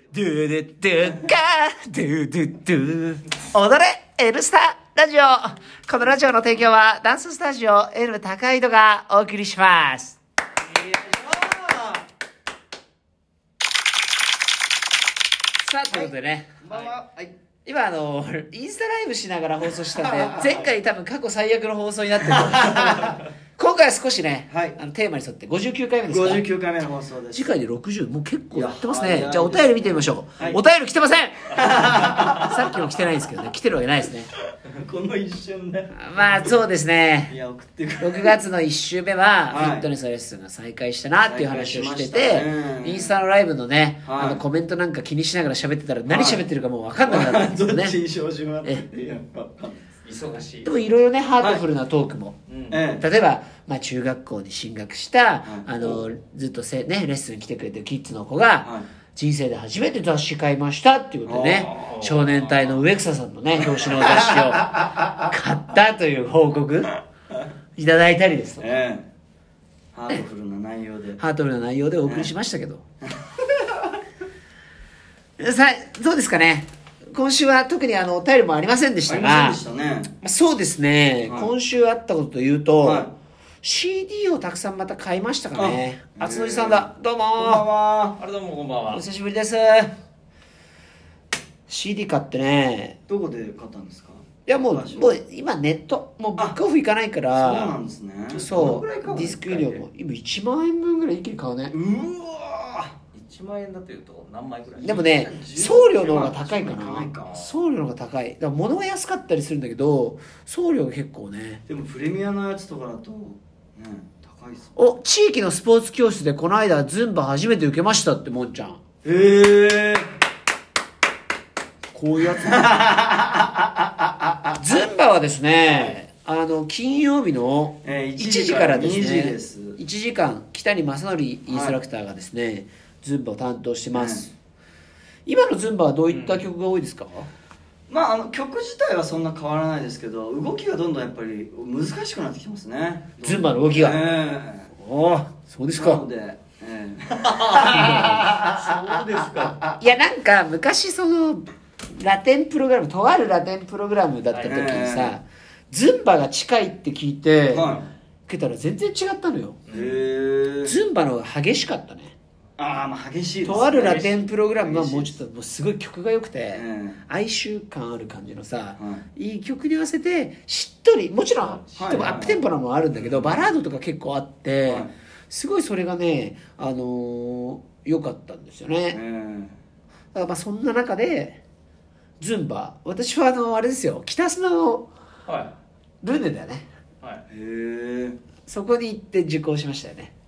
ドゥドゥドゥガードゥドゥドゥ踊れ N スタラジオ。このラジオの提供はダンススタジオ N 高井戸がお送りします。さあ、ということでね、今インスタライブしながら放送したんで前回多分過去最悪の放送になってる今回は少しね、テーマに沿って59回目ですか。 59回目の放送です。 次回で60、もう結構やってますね。じゃあお便り見てみましょう、お便り来てませんさっきも来てないですけどね、来てるわけないですねこの一瞬ね。 まあそうですね。 いや送ってくる。 6月の1週目はフィットネスのレッスンが再開したなっていう話をしてて、インスタのライブのね、コメントなんか気にしながら喋ってたら何喋ってるかもう分かんなくなったんですよね。 どっちに照準があって忙しい。 でもいろいろね、ハートフルなトークも、例えば、中学校に進学した、ずっとレッスンに来てくれてるキッズの子が、人生で初めて雑誌買いましたっていうことでね、少年隊の植草さんのね、表紙の雑誌を買ったという報告いただいたりですとか、 ハートフルな内容で、 ハートフルな内容でお送りしましたけど、どうですかね。今週は特にお便りもありませんでしたが、そうですね、今週あったことというと、CD をたくさんまた買いましたかね。あつのりさんだ、どうもこんばんは。どうもこんばんは。 お久しぶりです。CD 買ってね。 どこで買ったんですか。 いやもう今ネット、もうブックオフ行かないから。 そうなんですね。 そう、ディスク料も今1万円分ぐらい一気に買うね。 うわ 1万円だというと何枚ぐらい。 でもね、送料の方が高いかな。送料の方が高い。だから物が安かったりするんだけど、送料が結構ね。 でもプレミアのやつとかだと高いっす。 お、地域のスポーツ教室でこの間ズンバ初めて受けましたって、もんちゃん。こういうやつズンバはですね、金曜日の1時からですね、1時間北に正則インストラクターがですね、ズンバを担当してます、今のズンバはどういった曲が多いですか。 曲自体はそんな変わらないですけど、動きがどんどんやっぱり難しくなってきてますね、 ズンバの動きが。おお、そうですか。 なので、 そうですか。 いや、なんか昔そのラテンプログラム、とあるラテンプログラムだった時にさ、ズンバが近いって聞いて、受けたら全然違ったのよ。ズンバの方が激しかったね。 激しいですね。 とあるラテンプログラムはもうちょっともうすごい曲が良くて、哀愁感ある感じのさ、いい曲に合わせてしっとり、もちろんでもアップテンポなのもあるんだけど、バラードとか結構あって、すごいそれがね、良かったんですよね。だからそんな中でズンバ、私はあれですよ、北砂のルネだよね。そこに行って受講しましたよね。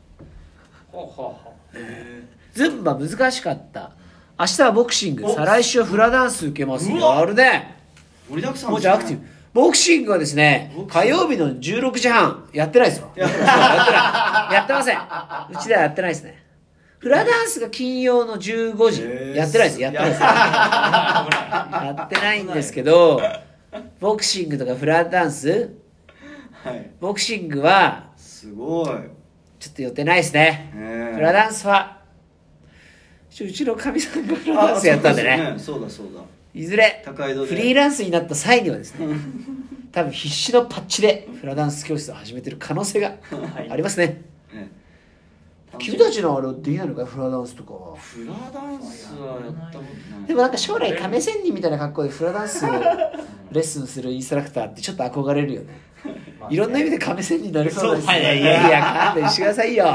ズンバ難しかった。明日はボクシング、再来週はフラダンス受けますよ。あるね、 盛りだくさんもうじゃあアクティブ。ボクシングはですね、火曜日の16時半やってないですよ。やってません。うちではやってないですね。フラダンスが金曜の15時、やってないです。やってないです。やってないんですけど、ボクシングとかフラダンス、ボクシングはすごいちょっと予定ないですね。フラダンスはうちのかみさんがフラダンスやったんでね。 そうだそうだ。 いずれフリーランスになった際にはですね、多分必死のパッチでフラダンス教室を始めてる可能性がありますね。君たちのあれできないのか、フラダンスとかは。 フラダンスはやったことない。 でもなんか将来亀仙人みたいな格好でフラダンスをレッスンするインストラクターってちょっと憧れるよね。いろんな意味で亀仙人になりそうですね。いや勘弁してくださいよ。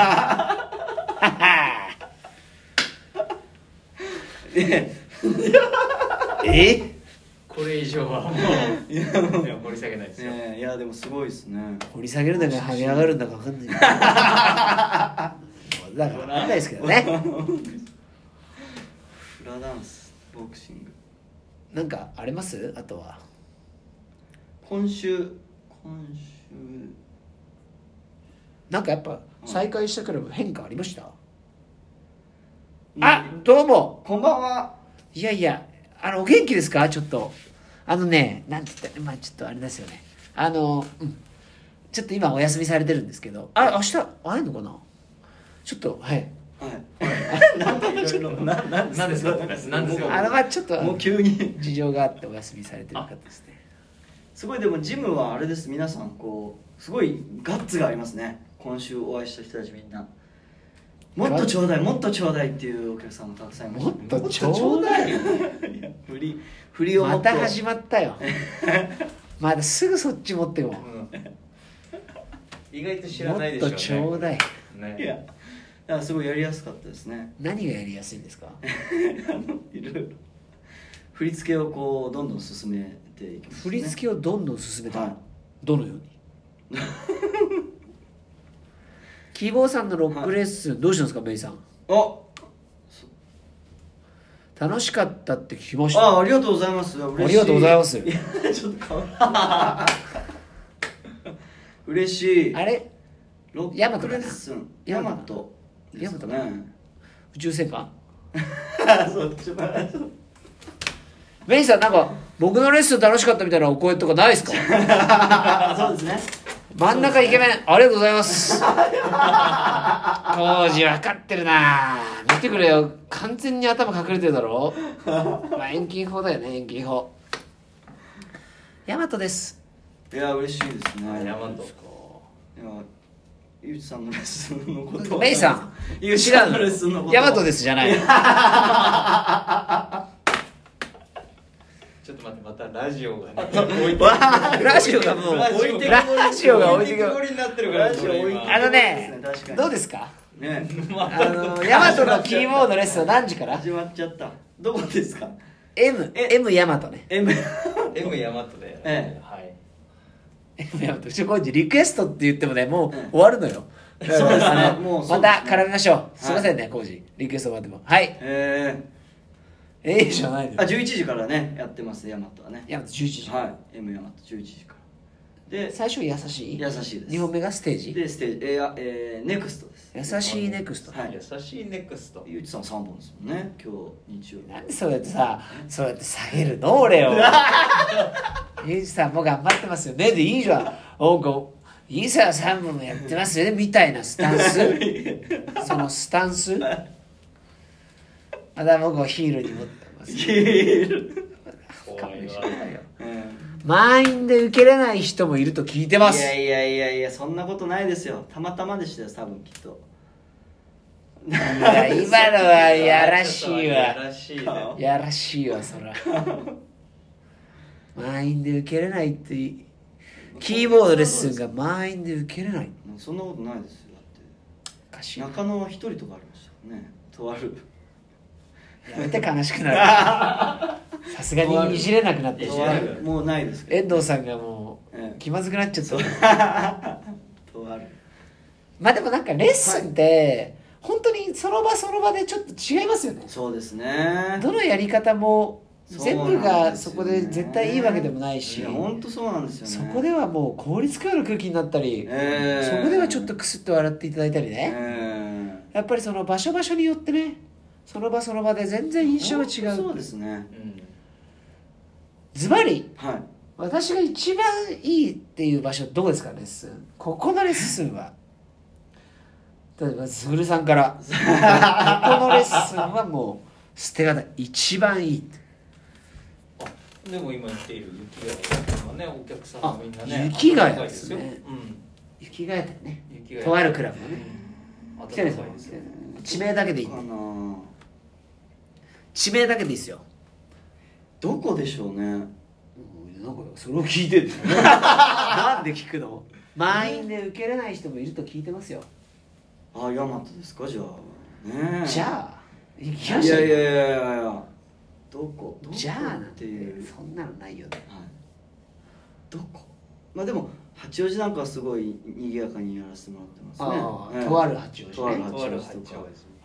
これ以上はもう掘り下げないですよ。 いやでもすごいですね。 掘り下げるんだか跳ね上がるんだか分かんないだから分かんないですけどね。 フラダンス、ボクシング、 なんかあります？あとは今週なんかやっぱ再開したから変化ありました？どうもこんばんは。 いやいや、お元気ですか？ちょっとなんて言ったら、ちょっとあれですよね。ちょっと今お休みされてるんですけど、明日会えるのかな？ちょっとはいなんでいろいろなんですかなんですか。 まあちょっともう急に事情があってお休みされてる方ですね。 すごいでもジムはあれです、皆さんこうすごいガッツがありますね。今週お会いした人たちみんなもっとちょうだいもっとちょうだいっていうお客さんもたくさんいました。 もっとちょうだい振りをもっとまた始まったよまだすぐそっち持ってこ意外と知う。もっらないでしょうね。 とちょうだい。 ね。 いやだからすごいやりやすかったですね。 何がやりやすいんですか？ いろいろ振り付けをこうどんどん進めていきます、ね、 振り付けをどんどん進めた、 はいどのように希望さんのロックレッスン、どうしたんですかメイさん？楽しかったって聞きました。 ありがとうございます。嬉しい。 ありがとうございます。 いやちょっと変わ嬉しい。 あれロヤマトかなックレッスンヤマトヤマトかな、 ね、 宇宙戦艦そうちょっとメイさんなんか僕のレッスン楽しかったみたいなお声とかないですか？ そうですね。 真ん中イケメン、ありがとうございます当時分かってるな。見てくれよ、完全に頭隠れてるだろまあ遠近法だよね、遠近法。ヤマトです。 いや嬉しいですね。 ヤマト。 いやゆうちさんのレッスンのことはメイさんゆうちさんのレッスンのことヤマトですじゃないのちょっと待って、またラジオがねラジオがもうラジオがラジオが置いてく置いてきぼりになってるから、 ラジオ置いてあのね確かにどうですか？ ねヤマトのキーボードレッスンは何時から？ 始まっちゃった。どこですか？ M ヤマトね。 M M ヤマトで、 ええはい。 M ヤマト。これリクエストって言ってもねもう終わるのよ。 そうですね。もうまた絡みましょう。すいませんね、コウジ。リクエストまでも。はい。じゃないのよ。 11時からねやってますヤマトはね。 ヤマト11時。 はい。M ヤマト11時から。で最初優しい？ 優しいです。 2本目がステージ？ でステージネクストです。 優しいネクスト。 はい。 優しいネクスト。 ゆうちさん3本ですもんね。今日日曜日。 なんでそうやってさ、そうやって下げるの俺を。ゆうちさんも頑張ってますよねでいいじゃん。なんかいいさ3本もやってますよねみたいなスタンス。そのスタンス。まだ僕はヒールに持ってます。 ヒール。 かもしれないよ。満員で受けれない人もいると聞いてます。 いやそんなことないですよ。たまたまでしたよ多分きっと。 いや今のはやらしいわ。 やらしいね。 やらしいわそら。満員で受けれないってキーボードレッスンが満員で受けれない。 そんなことないですよ。だって中野は1人とかありましたよね。とある。 やめて悲しくなる。さすがにいじれなくなってるしね。 もうないですけど遠藤さんがもう気まずくなっちゃった。 とある。 まあでもなんかレッスンって、本当にその場その場でちょっと違いますよね。 そうですね。 どのやり方も全部がそこで絶対いいわけでもないし、 本当そうなんですよね。 そこではもう効率化の空気になったり、そこではちょっとクスッと笑っていただいたりね、やっぱりその場所場所によってね、その場その場で全然印象が違う。 そうですね。 ズバリ、 はい、 私が一番いいっていう場所どこですか？レッスン、ここのレッスンは例えばすぐるさんからここのレッスンはもう捨てがたい、一番いいって。 でも今言っている雪ヶ谷のね、お客さんもみんなね、 雪ヶ谷ですね。雪ヶ谷ってね、とあるクラブのね、来てるんですよ。地名だけでいい。地名だけでいいですよ。 どこでしょうね。なんかそれを聞いてるんですよ。なんで聞くの？満員で受けれない人もいると聞いてますよ。 あ、ヤマトですか、じゃあ。ね。 じゃあ行きましょう。いや。どこじゃあなんてそんなのないよね。 どこ？まあでも八王子なんかはすごい賑やかにやらせてもらってますね。 とある八王子ね。 とある八王子とか。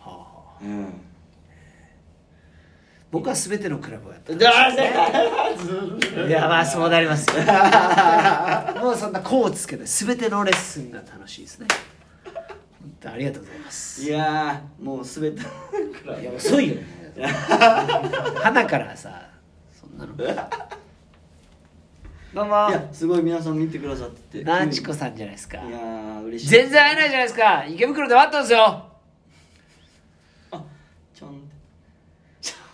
僕は全てのクラブをやってます、いやまあそうなりますよ。もうそんなこうつけて全てのレッスンが楽しいですね。本当ありがとうございます。 いやもう全てのクラブ。いや遅いよね。花からさそんなの。どうも。 いやすごい皆さん見てくださってて。 なちこさんじゃないですか。 いや嬉しい。 全然会えないじゃないですか。池袋で待ったんですよ。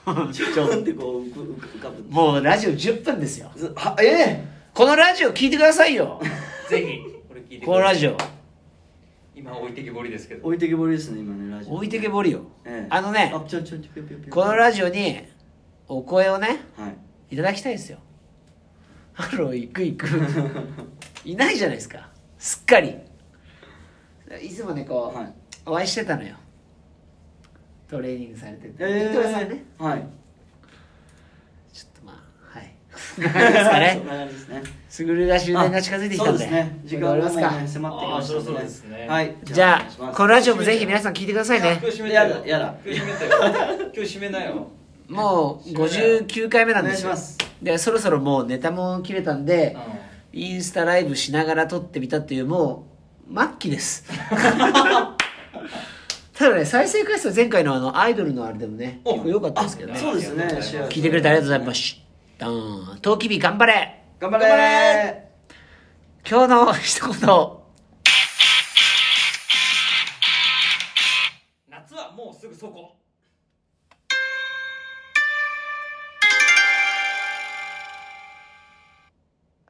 ちょんってこう浮かぶ。 もうラジオ10分ですよ。 このラジオ聞いてくださいよ。 ぜひこれ聞いてください。 このラジオ今置いてけぼりですけど。 置いてけぼりですね今ねラジオ。 置いてけぼりよ。 あこのラジオにお声をね、 はい、 いただきたいですよ。行くいないじゃないですか、すっかり。いつもねこう、 はい、 お会いしてたのよ、トレーニングされてて、言ってくださいね。 はい、 ちょっとまあはいですかね。 そんな感じですね。 すぐるが終電が近づいてきたんで、 そうですね、時間がもうね迫ってきましたので、 そうですね。 はい、 じゃあこのラジオもぜひ皆さん聞いてくださいね。 今日締めたよ。 やだ今日締めたよ。今日締めなよ。 もう59回目なんですよ。 お願いします。 でそろそろもうネタも切れたんで、インスタライブしながら撮ってみたっていう、もう末期ですただね、再生回数は前回のアイドルのあれでもね結構良かったですけどね。 そうですね、 聞いてくれてありがとうございました。トウキビ頑張れ頑張れ。 今日の一言、 夏はもうすぐそこ。